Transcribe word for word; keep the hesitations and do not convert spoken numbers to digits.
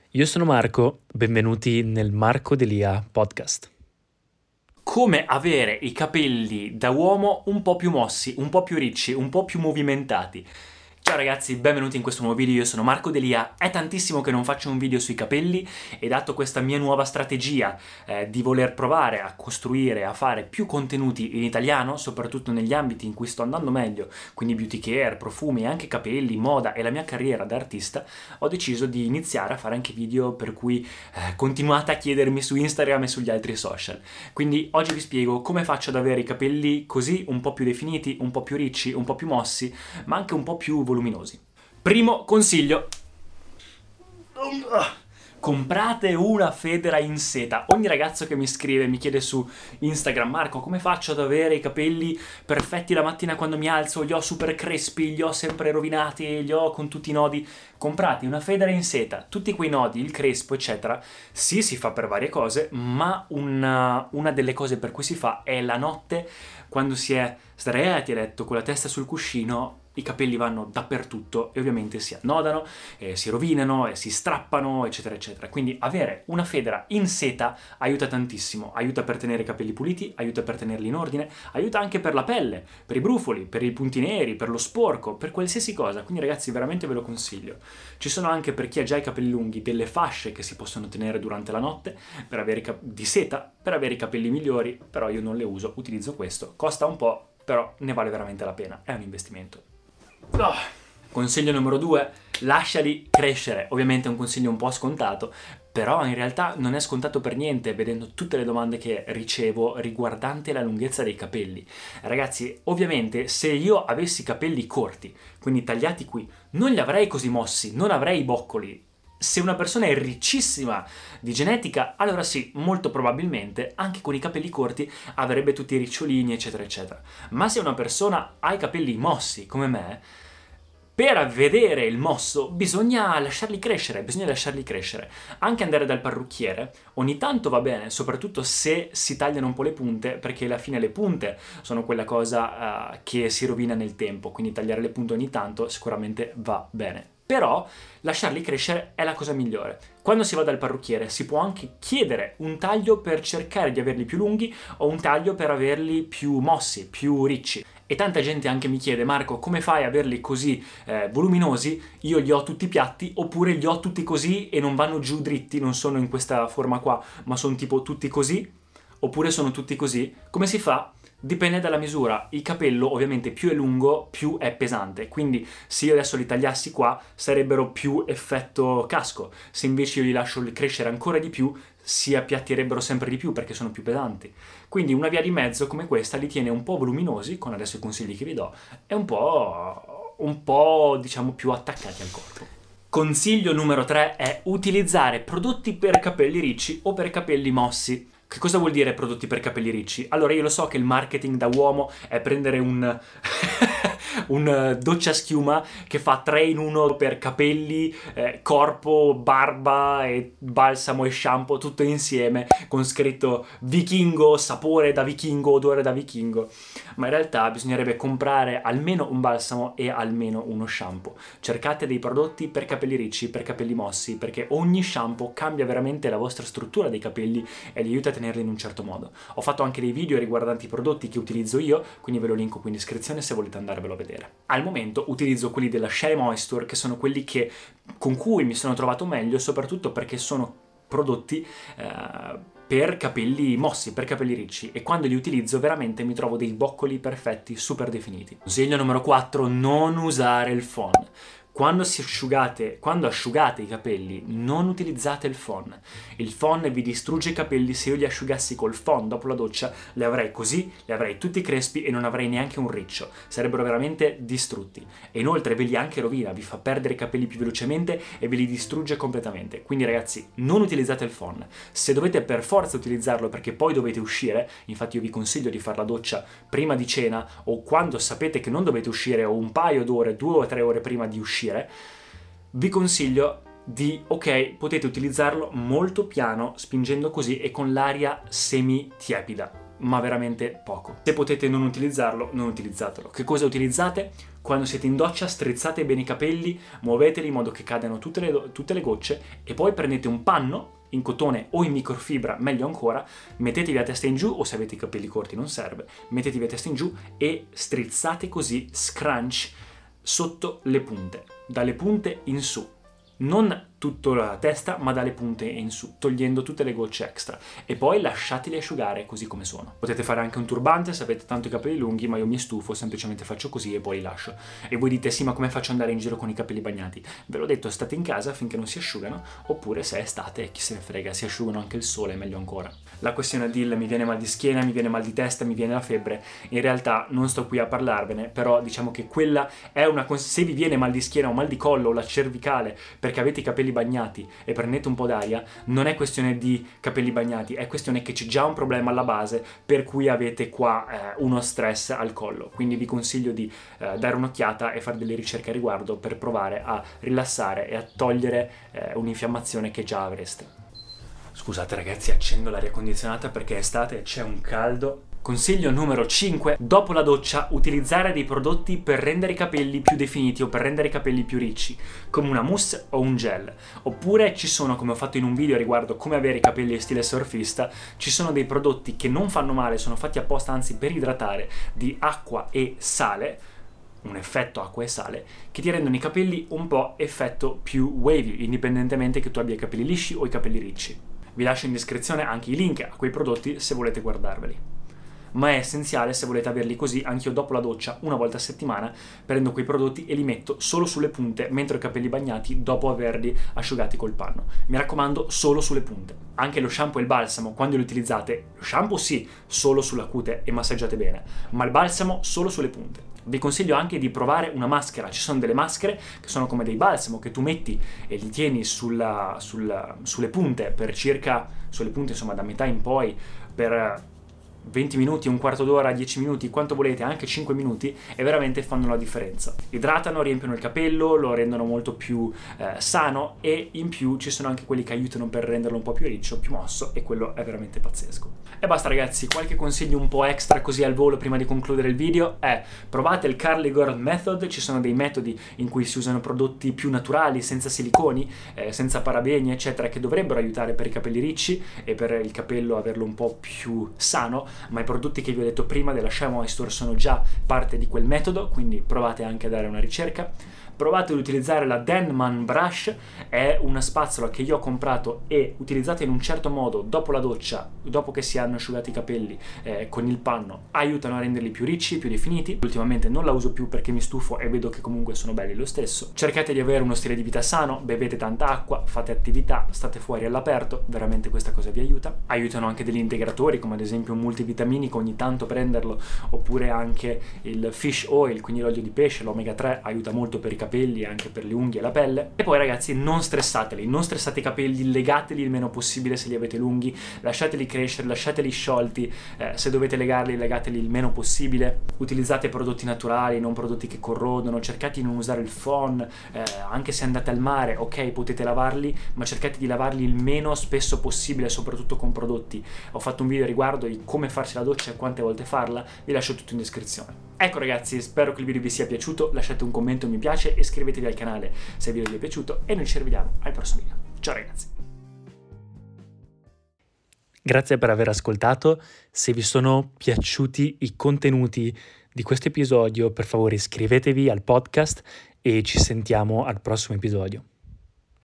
Io sono Marco, benvenuti nel Marco Delia podcast. Come avere i capelli da uomo un po' più mossi, un po' più ricci, un po' più movimentati. Ciao ragazzi, benvenuti in questo nuovo video, io sono Marco Delia. È tantissimo che non faccio un video sui capelli e dato questa mia nuova strategia eh, di voler provare a costruire, a fare più contenuti in italiano, soprattutto negli ambiti in cui sto andando meglio, quindi beauty care, profumi, anche capelli, moda e la mia carriera da artista, ho deciso di iniziare a fare anche video per cui eh, continuate a chiedermi su Instagram e sugli altri social. Quindi oggi vi spiego come faccio ad avere i capelli così un po' più definiti, un po' più ricci, un po' più mossi, ma anche un po' più voluminosi. Primo consiglio: comprate una federa in seta. Ogni ragazzo che mi scrive, mi chiede su Instagram: Marco, come faccio ad avere i capelli perfetti la mattina quando mi alzo? Li ho super crespi, li ho sempre rovinati, li ho con tutti i nodi. Comprate una federa in seta, tutti quei nodi, il crespo eccetera. Sì, si fa per varie cose, ma una, una delle cose per cui si fa è la notte, quando si è sdraiati a letto con la testa sul cuscino. I capelli vanno dappertutto e ovviamente si annodano, eh, si rovinano, e si strappano, eccetera, eccetera. Quindi avere una federa in seta aiuta tantissimo, aiuta per tenere i capelli puliti, aiuta per tenerli in ordine, aiuta anche per la pelle, per i brufoli, per i punti neri, per lo sporco, per qualsiasi cosa. Quindi ragazzi, veramente ve lo consiglio. Ci sono anche, per chi ha già i capelli lunghi, delle fasce che si possono tenere durante la notte per avere cap- di seta per avere i capelli migliori, però io non le uso, utilizzo questo. Costa un po', però ne vale veramente la pena, è un investimento. Oh. Consiglio numero due: lasciali crescere. Ovviamente è un consiglio un po' scontato, però in realtà non è scontato per niente, vedendo tutte le domande che ricevo riguardante la lunghezza dei capelli. Ragazzi, ovviamente se io avessi i capelli corti, quindi tagliati qui, non li avrei così mossi, non avrei i boccoli. Se una persona è riccissima di genetica, allora sì, molto probabilmente anche con i capelli corti avrebbe tutti i ricciolini, eccetera, eccetera. Ma se una persona ha i capelli mossi, come me, per vedere il mosso bisogna lasciarli crescere, bisogna lasciarli crescere. Anche andare dal parrucchiere ogni tanto va bene, soprattutto se si tagliano un po' le punte, perché alla fine le punte sono quella cosa uh, che si rovina nel tempo, quindi tagliare le punte ogni tanto sicuramente va bene. Però lasciarli crescere è la cosa migliore. Quando si va dal parrucchiere si può anche chiedere un taglio per cercare di averli più lunghi o un taglio per averli più mossi, più ricci. E tanta gente anche mi chiede: Marco, come fai a averli così eh, voluminosi? Io li ho tutti piatti, oppure li ho tutti così e non vanno giù dritti, non sono in questa forma qua, ma sono tipo tutti così? Oppure sono tutti così? Come si fa? Dipende dalla misura. Il capello ovviamente più è lungo più è pesante, quindi se io adesso li tagliassi qua sarebbero più effetto casco, se invece io li lascio crescere ancora di più si appiattirebbero sempre di più perché sono più pesanti. Quindi una via di mezzo come questa li tiene un po' voluminosi, con adesso i consigli che vi do, e un po', un po' diciamo più attaccati al corpo. Consiglio numero tre è utilizzare prodotti per capelli ricci o per capelli mossi. Che cosa vuol dire prodotti per capelli ricci? Allora, io lo so che il marketing da uomo è prendere un un doccia schiuma che fa tre in uno per capelli, eh, corpo, barba e balsamo e shampoo tutto insieme con scritto vichingo, sapore da vichingo, odore da vichingo. Ma in realtà bisognerebbe comprare almeno un balsamo e almeno uno shampoo. Cercate dei prodotti per capelli ricci, per capelli mossi, perché ogni shampoo cambia veramente la vostra struttura dei capelli e li aiuta a tenerli in un certo modo. Ho fatto anche dei video riguardanti i prodotti che utilizzo io, quindi ve lo linko qui in descrizione se volete andarvelo a vedere. Al momento utilizzo quelli della Shea Moisture, che sono quelli che, con cui mi sono trovato meglio, soprattutto perché sono prodotti eh, per capelli mossi, per capelli ricci, e quando li utilizzo veramente mi trovo dei boccoli perfetti, super definiti. Consiglio numero quattro: non usare il phon. Quando, si asciugate, quando asciugate i capelli, non utilizzate il phon. Il phon vi distrugge i capelli. Se io li asciugassi col phon dopo la doccia, li avrei così, li avrei tutti crespi e non avrei neanche un riccio. Sarebbero veramente distrutti. E inoltre ve li anche rovina, vi fa perdere i capelli più velocemente e ve li distrugge completamente. Quindi ragazzi, non utilizzate il phon. Se dovete per forza utilizzarlo perché poi dovete uscire, infatti io vi consiglio di fare la doccia prima di cena o quando sapete che non dovete uscire o un paio d'ore, due o tre ore prima di uscire, vi consiglio di, ok, potete utilizzarlo molto piano, spingendo così e con l'aria semi tiepida. ma veramente poco. Se potete non utilizzarlo, non utilizzatelo. Che cosa utilizzate? Quando siete in doccia strizzate bene i capelli, muoveteli in modo che cadano tutte le, tutte le gocce e poi prendete un panno in cotone o in microfibra, meglio ancora, mettetevi a testa in giù, o se avete i capelli corti non serve, mettetevi a testa in giù e strizzate così scrunch sotto le punte, dalle punte in su. Non tutta la testa, ma dalle punte in su, togliendo tutte le gocce extra. E poi lasciateli asciugare così come sono. Potete fare anche un turbante se avete tanto i capelli lunghi, ma io mi stufo, semplicemente faccio così e poi li lascio. E voi dite, sì, ma come faccio ad andare in giro con i capelli bagnati? Ve l'ho detto, state in casa finché non si asciugano, oppure se è estate, chi se ne frega, si asciugano anche il sole, meglio ancora. La questione del mi viene mal di schiena, mi viene mal di testa, mi viene la febbre, in realtà non sto qui a parlarvene, però diciamo che quella è una... se vi viene mal di schiena o mal di collo o la cervicale perché avete i capelli bagnati e prendete un po' d'aria, non è questione di capelli bagnati, è questione che c'è già un problema alla base per cui avete qua eh, uno stress al collo. Quindi vi consiglio di eh, dare un'occhiata e fare delle ricerche a riguardo per provare a rilassare e a togliere eh, un'infiammazione che già avreste. Scusate ragazzi, accendo l'aria condizionata perché è estate e c'è un caldo. Consiglio numero cinque, dopo la doccia utilizzare dei prodotti per rendere i capelli più definiti o per rendere i capelli più ricci, come una mousse o un gel. Oppure ci sono, come ho fatto in un video riguardo come avere i capelli stile surfista, ci sono dei prodotti che non fanno male, sono fatti apposta anzi per idratare, di acqua e sale, un effetto acqua e sale, che ti rendono i capelli un po' effetto più wavy, indipendentemente che tu abbia i capelli lisci o i capelli ricci. Vi lascio in descrizione anche i link a quei prodotti se volete guardarveli. Ma è essenziale, se volete averli così, anch'io dopo la doccia, una volta a settimana, prendo quei prodotti e li metto solo sulle punte, mentre ho i capelli bagnati, dopo averli asciugati col panno. Mi raccomando, solo sulle punte. Anche lo shampoo e il balsamo, quando li utilizzate, lo shampoo sì, solo sulla cute e massaggiate bene, ma il balsamo solo sulle punte. Vi consiglio anche di provare una maschera. Ci sono delle maschere che sono come dei balsamo che tu metti e li tieni sulla, sulla, sulle punte per circa, sulle punte insomma da metà in poi, per venti minuti, un quarto d'ora, dieci minuti, quanto volete, anche cinque minuti, e veramente fanno la differenza. Idratano, riempiono il capello, lo rendono molto più eh, sano, e in più ci sono anche quelli che aiutano per renderlo un po' più riccio, più mosso, e quello è veramente pazzesco. E basta ragazzi, qualche consiglio un po' extra così al volo prima di concludere il video è: provate il Curly Girl Method. Ci sono dei metodi in cui si usano prodotti più naturali, senza siliconi, eh, senza parabeni eccetera, che dovrebbero aiutare per i capelli ricci e per il capello averlo un po' più sano, ma i prodotti che vi ho detto prima della Shea Moisture sono già parte di quel metodo, quindi provate anche a dare una ricerca. Provate ad utilizzare la Denman Brush, è una spazzola che io ho comprato e utilizzata in un certo modo dopo la doccia, dopo che si hanno asciugati i capelli eh, con il panno, aiutano a renderli più ricci, più definiti. Ultimamente non la uso più perché mi stufo e vedo che comunque sono belli lo stesso. Cercate di avere uno stile di vita sano, bevete tanta acqua, fate attività, state fuori all'aperto, veramente questa cosa vi aiuta. Aiutano anche degli integratori come ad esempio un multivitaminico, ogni tanto prenderlo, oppure anche il fish oil, quindi l'olio di pesce, l'omega tre, aiuta molto per i capelli capelli e anche per le unghie e la pelle. E poi ragazzi, non stressateli, non stressate i capelli, legateli il meno possibile se li avete lunghi, lasciateli crescere, lasciateli sciolti, eh, se dovete legarli, legateli il meno possibile. Utilizzate prodotti naturali, non prodotti che corrodono, cercate di non usare il phon, eh, anche se andate al mare, ok, potete lavarli, ma cercate di lavarli il meno spesso possibile, soprattutto con prodotti. Ho fatto un video a riguardo di come farsi la doccia e quante volte farla, vi lascio tutto in descrizione. Ecco ragazzi, spero che il video vi sia piaciuto, lasciate un commento, un mi piace e iscrivetevi al canale se il video vi è piaciuto, e noi ci rivediamo al prossimo video. Ciao ragazzi! Grazie per aver ascoltato. Se vi sono piaciuti i contenuti di questo episodio, per favore iscrivetevi al podcast e ci sentiamo al prossimo episodio.